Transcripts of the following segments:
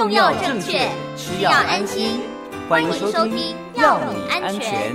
用药正确，吃药安心。欢迎收听药你安全。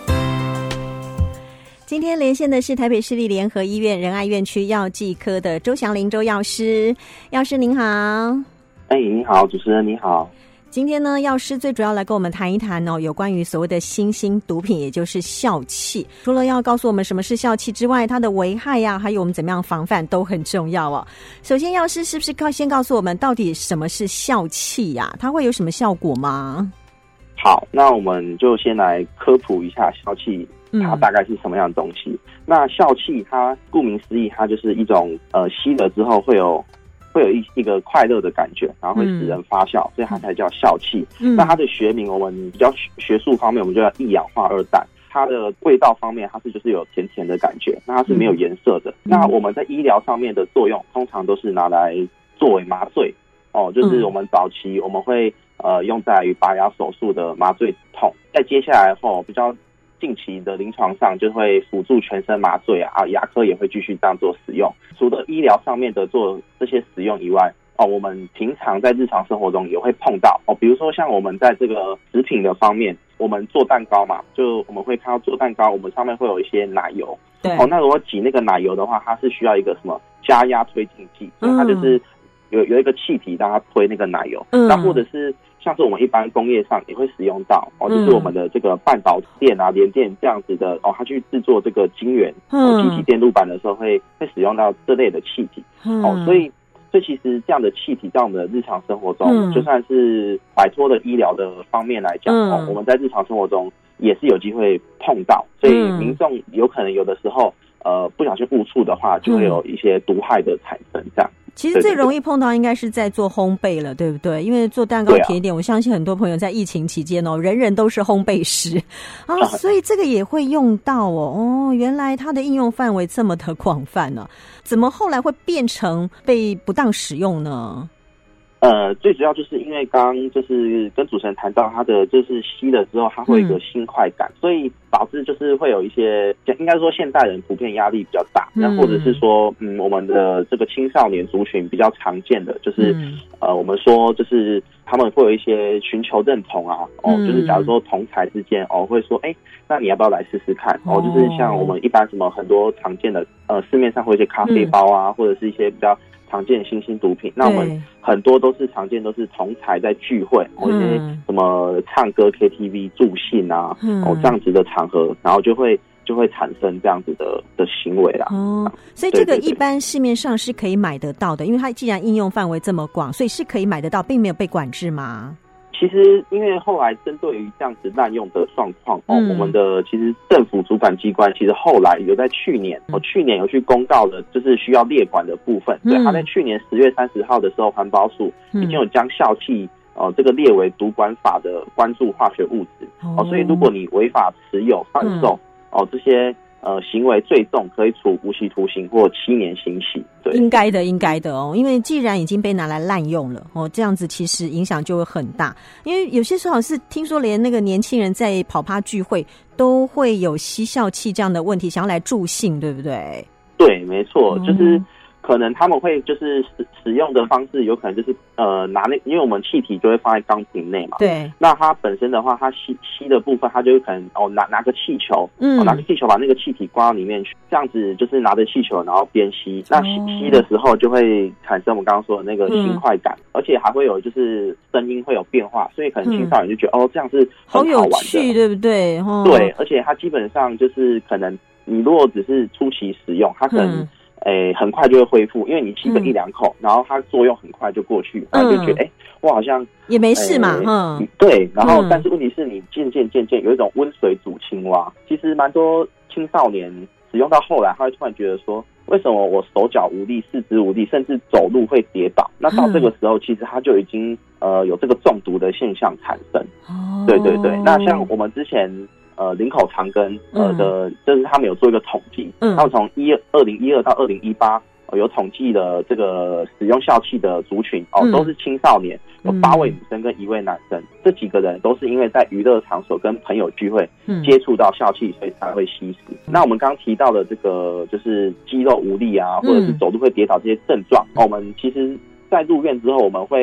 今天连线的是台北市立联合医院仁爱院区药剂科的周祥林周药师。药师您好。 你好，主持人你好。 今天呢，药师最主要来跟我们谈一谈有关于所谓的新兴毒品，也就是笑气。除了要告诉我们什么是笑气之外，它的危害还有我们怎么样防范都很重要哦。首先，药师是不是先告诉我们到底什么是笑气它会有什么效果吗？ 好，那我们就先来科普一下笑气它大概是什么样的东西。那笑气它顾名思义，它就是一种吸了之后会有一个快乐的感觉，然后会使人发笑，所以它才叫笑气。那它的学名我们比较学术方面我们就叫一氧化二氮。它的味道方面它是就是有甜甜的感觉，那它是没有颜色的。那我们在医疗上面的作用通常都是拿来作为麻醉就是我们早期我们会用在于拔牙手术的麻醉痛，在接下来后比较近期的临床上就会辅助全身麻醉牙科也会继续这样做使用。除了医疗上面的做这些使用以外我们平常在日常生活中也会碰到比如说像我们在这个食品的方面，我们做蛋糕嘛，就我们会看到做蛋糕我们上面会有一些奶油，对那如果挤那个奶油的话，它是需要一个什么加压推进剂，所以它就是有一个气体让它推那个奶油。那或者是像是我们一般工业上也会使用到就是我们的这个半导电联电这样子的它去制作这个晶圆机体电路板的时候会使用到这类的气体所以其实这样的气体在我们的日常生活中就算是摆脱了医疗的方面来讲我们在日常生活中也是有机会碰到，所以民众有可能有的时候不小心误触的话就会有一些毒害的产生这样。 其实最容易碰到应该是在做烘焙了，对不对？因为做蛋糕甜点我相信很多朋友在疫情期间人人都是烘焙师所以这个也会用到原来它的应用范围这么的广泛呢怎么后来会变成被不当使用呢？ 最主要就是因为刚刚就是跟主持人谈到它的就是吸了之后它会有一个新快感所以导致就是会有一些应该说现代人普遍压力比较大那或者是说我们的这个青少年族群比较常见的就是我们说就是他们会有一些寻求认同就是假如说同侪之间会说那你要不要来试试看就是像我们一般什么很多常见的市面上会有一些咖啡包或者是一些比较常见的新兴毒品，那我们很多都是常见都是同侪在聚会一些什么唱歌 KTV 助兴这样子的场合，然后就会产生这样子的行为啦所以这个一般市面上是可以买得到的，因为它既然应用范围这么广，所以是可以买得到，并没有被管制吗？ 其实因为后来针对于这样子滥用的状况我们的其实政府主管机关其实后来有在去年有去公告的就是需要列管的部分对他在去年10月30号的时候环保署已经有将笑气这个列为毒管法的关注化学物质所以如果你违法持有贩售这些行为最重可以处无期徒刑或7年刑期。对，应该的因为既然已经被拿来滥用了这样子其实影响就会很大。因为有些时候好像是听说连那个年轻人在跑趴聚会都会有吸笑气这样的问题，想要来助兴，对不对？ 对，没错，就是可能他们会就是使用的方式有可能就是拿因为我们气体就会放在钢瓶内嘛，对，那它本身的话它吸的部分它就可能拿个气球拿个气球把那个气体灌到里面去，这样子就是拿着气球然后边吸那吸的时候就会产生我们刚刚说的那个新快感而且还会有就是声音会有变化，所以可能青少年就觉得这样是很好玩的，好有趣， 对不对？ 对，而且它基本上就是可能你如果只是初期使用它可能很快就会恢复，因为你吸个1-2口然后它作用很快就过去然后就觉得我好像也没事嘛对，然后但是问题是你渐渐有一种温水煮青蛙，其实蛮多青少年使用到后来他会突然觉得说为什么我手脚无力四肢无力甚至走路会跌倒，那到这个时候其实他就已经有这个中毒的现象产生对对对，那像我们之前林口长庚就是他们有做一个统计他们从2012到2018有统计的这个使用笑气的族群都是青少年，有8位女生跟1位男生这几个人都是因为在娱乐场所跟朋友聚会接触到笑气所以才会吸食那我们刚刚提到的这个就是肌肉无力或者是走路会跌倒这些症状我们其实在入院之后我们会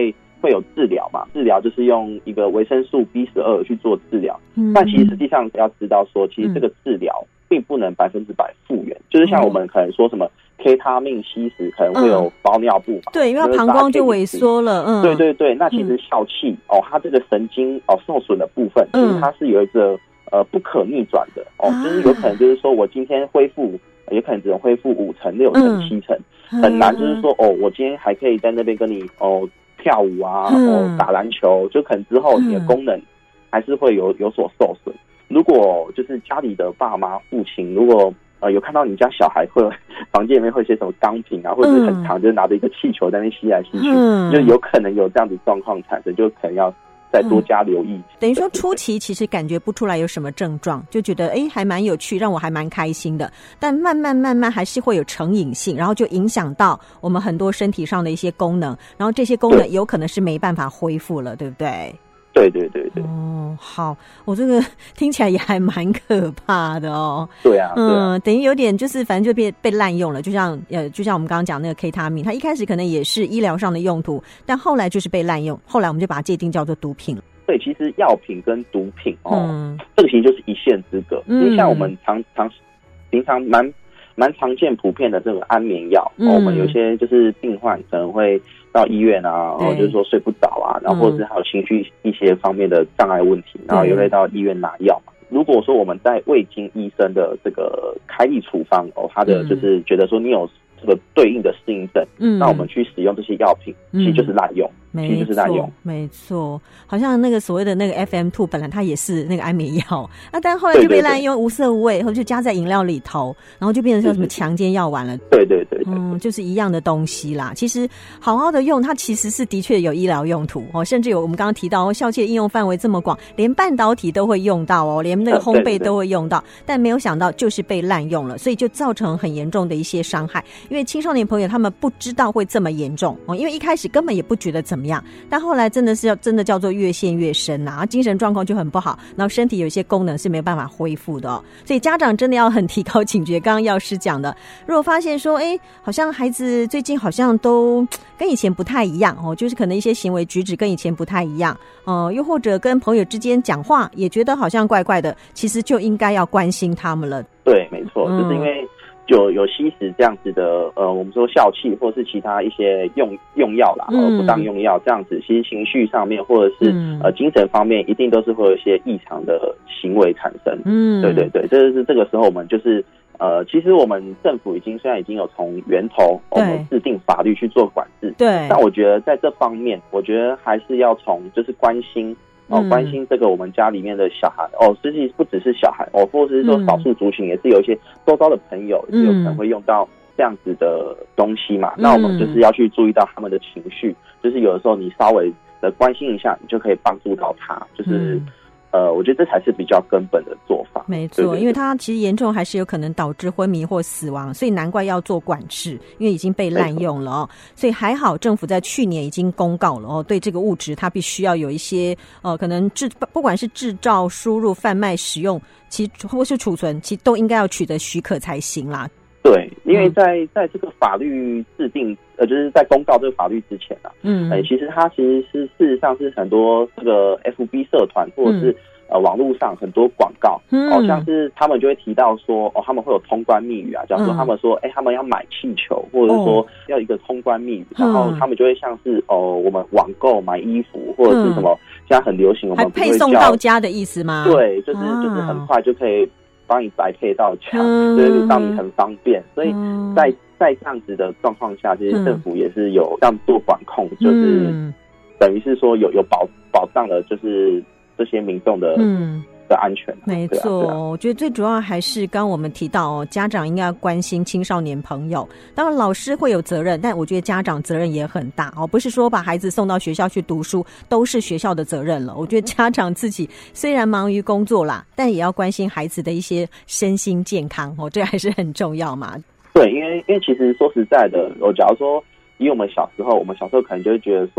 会有治疗嘛，治疗就是用一个维生素 B12 去做治疗，但其实实际上要知道说，其实这个治疗并不能100%复原，就是像我们可能说什么 K 他命吸食可能会有包尿布嘛， 对，因为它膀胱就萎缩了， 对对对，那其实笑气它这个神经受损的部分，其实它是有一个不可逆转的就是有可能就是说我今天恢复，也可能只能恢复5成、6成、7成，很难就是说我今天还可以在那边跟你跳舞啊，打篮球，就可能之后你的功能还是会有所受损。如果就是家里的爸妈、父亲，如果有看到你家小孩会房间里面会有些什么钢瓶啊，或者是很长，就是拿着一个气球在那边吸来吸去，就有可能有这样子状况产生，就可能要再多加留意。 等于说初期其实感觉不出来有什么症状，就觉得还蛮有趣，让我还蛮开心的，但慢慢还是会有成瘾性，然后就影响到我们很多身体上的一些功能，然后这些功能有可能是没办法恢复了，对不对？ 对对对对。 好，我这个听起来也还蛮可怕的哦。 对啊， 等于有点就是反正就被滥用了，就像我们刚刚讲那个 K 他命，它一开始可能也是医疗上的用途，但后来就是被滥用，后来我们就把它界定叫做毒品。 对，其实药品跟毒品这个其实就是一线之隔。因为像我们平常蛮常见普遍的这个安眠药，我们有些就是病患可能会到医院啊，就是说睡不着啊，然后或者是还有情绪一些方面的障碍问题，然后也会到医院拿药嘛。如果说我们在未经医生的这个开立处方他的就是觉得说你有这个对应的适应症，那我们去使用这些药品，其实就是滥用。其实就是滥用， 没错，好像那个所谓的那个 FM2 本来它也是那个安眠药，但后来就被滥用，无色无味，然后就加在饮料里头，然后就变成像什么强奸药丸了。 对对对， 就是一样的东西啦。其实好好的用，它其实是的确有医疗用途甚至有我们刚刚提到笑气的应用范围这么广，连半导体都会用到连那个烘焙都会用到，但没有想到就是被滥用了，所以就造成很严重的一些伤害。因为青少年朋友他们不知道会这么严重因为一开始根本也不觉得怎么样，但后来真的叫做越陷越深啊，精神状况就很不好，然后身体有一些功能是没有办法恢复的所以家长真的要很提高警觉。刚刚药师讲的，如果发现说好像孩子最近好像都跟以前不太一样就是可能一些行为举止跟以前不太一样又或者跟朋友之间讲话也觉得好像怪怪的，其实就应该要关心他们了。 对，没错，就是因为有吸食这样子的我们说笑气或是其他一些用药啦，不当用药这样子，其实情绪上面或者是精神方面一定都是会有一些异常的行为产生。对对对，这个时候我们就是其实我们政府虽然已经有从源头我们制定法律去做管制， 对， 但我觉得在这方面，我觉得还是要从就是关心关心这个我们家里面的小孩实际不只是小孩或者是说少数族群，也是有一些周遭的朋友也是有可能会用到这样子的东西嘛。那我们就是要去注意到他们的情绪，就是有的时候你稍微的关心一下，你就可以帮助到他，就是我觉得这才是比较根本的做法。 没错，对对对，因为它其实严重还是有可能导致昏迷或死亡，所以难怪要做管制，因为已经被滥用了所以还好政府在去年已经公告了对这个物质它必须要有一些可能不管是制造、输入、贩卖、使用，其或是储存，其都应该要取得许可才行啦。 对，因为在这个法律制定就是在公告这个法律之前其实它其实是事实上是很多这个 FB 社团或者是网络上很多广告像是他们就会提到说他们会有通关密语啊，假如说他们说他们要买气球，或者是说要一个通关密语，然后他们就会像是我们网购买衣服或者是什么现在很流行，我们还配送到家的意思吗？ 对，就是很快就可以帮你宅配到家，就是让你很方便。所以在这样子的状况下，其实政府也是有这样做管控，就是等于是说有保障了，就是这些民众的安全。 没错，我觉得最主要还是刚我们提到家长应该要关心青少年朋友，当然老师会有责任，但我觉得家长责任也很大不是说把孩子送到学校去读书都是学校的责任了。我觉得家长自己虽然忙于工作啦，但也要关心孩子的一些身心健康这还是很重要嘛。 对，因为其实说实在的，假如说以我们小时候可能就会觉得说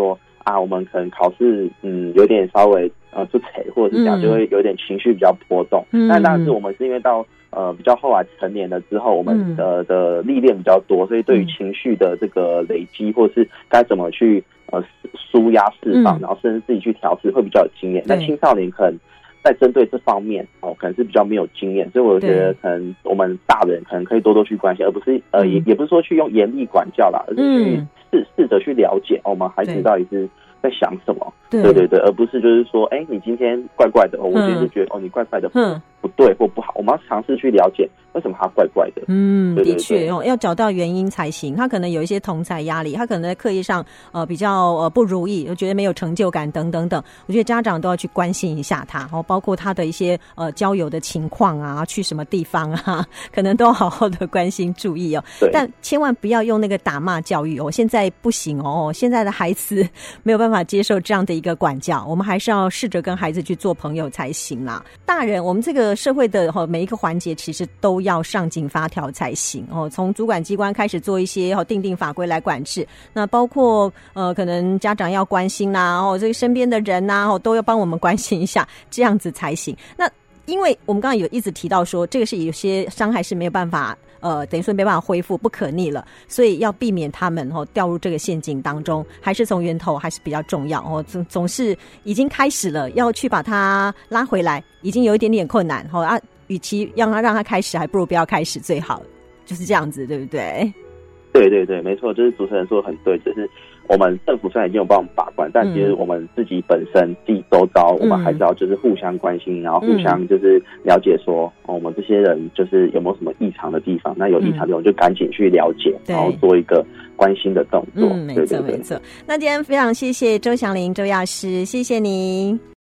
我们可能考试有点稍微出彩，或者是讲就会有点情绪比较波动。但当然是我们是因为到比较后来成年了之后，我们的历练比较多，所以对于情绪的这个累积，或者是该怎么去抒压释放，然后甚至自己去调试，会比较有经验。那青少年可能在针对这方面可能是比较没有经验，所以我觉得可能我们大人可能可以多多去关心，而不是也不是说去用严厉管教啦，而是去试着去了解我们孩子到底是在想什么。对，而不是就是说你今天怪怪的，我今天就觉得你怪怪的不对或不好，我们要尝试去了解为什么他怪怪的。 的确要找到原因才行。他可能有一些同侪压力，他可能在课业上比较不如意，觉得没有成就感等等等。我觉得家长都要去关心一下他，包括他的一些交友的情况啊，去什么地方啊，可能都要好好的关心注意但千万不要用那个打骂教育现在不行现在的孩子没有办法接受这样的一个管教，我们还是要试着跟孩子去做朋友才行啦。大人，我们这个社会的每一个环节其实都要上紧发条才行从主管机关开始做一些定法规来管制，那包括可能家长要关心啦这个身边的人啊都要帮我们关心一下，这样子才行。那因为我们刚刚有一直提到说这个是有些伤害是没有办法等于说没办法恢复，不可逆了，所以要避免他们掉入这个陷阱当中，还是从源头还是比较重要总是已经开始了，要去把它拉回来已经有一点点困难与其让他开始，还不如不要开始最好，就是这样子，对不对？ 对，没错，就是主持人说的很对，就是我们政府虽然已经有帮我们把关，但其实我们自己本身自己周遭，我们还是要就是互相关心，然后互相就是了解说我们这些人就是有没有什么异常的地方，那有异常的地方就赶紧去了解，然后做一个关心的动作。 没错。那今天非常谢谢周祥林周药师，谢谢您。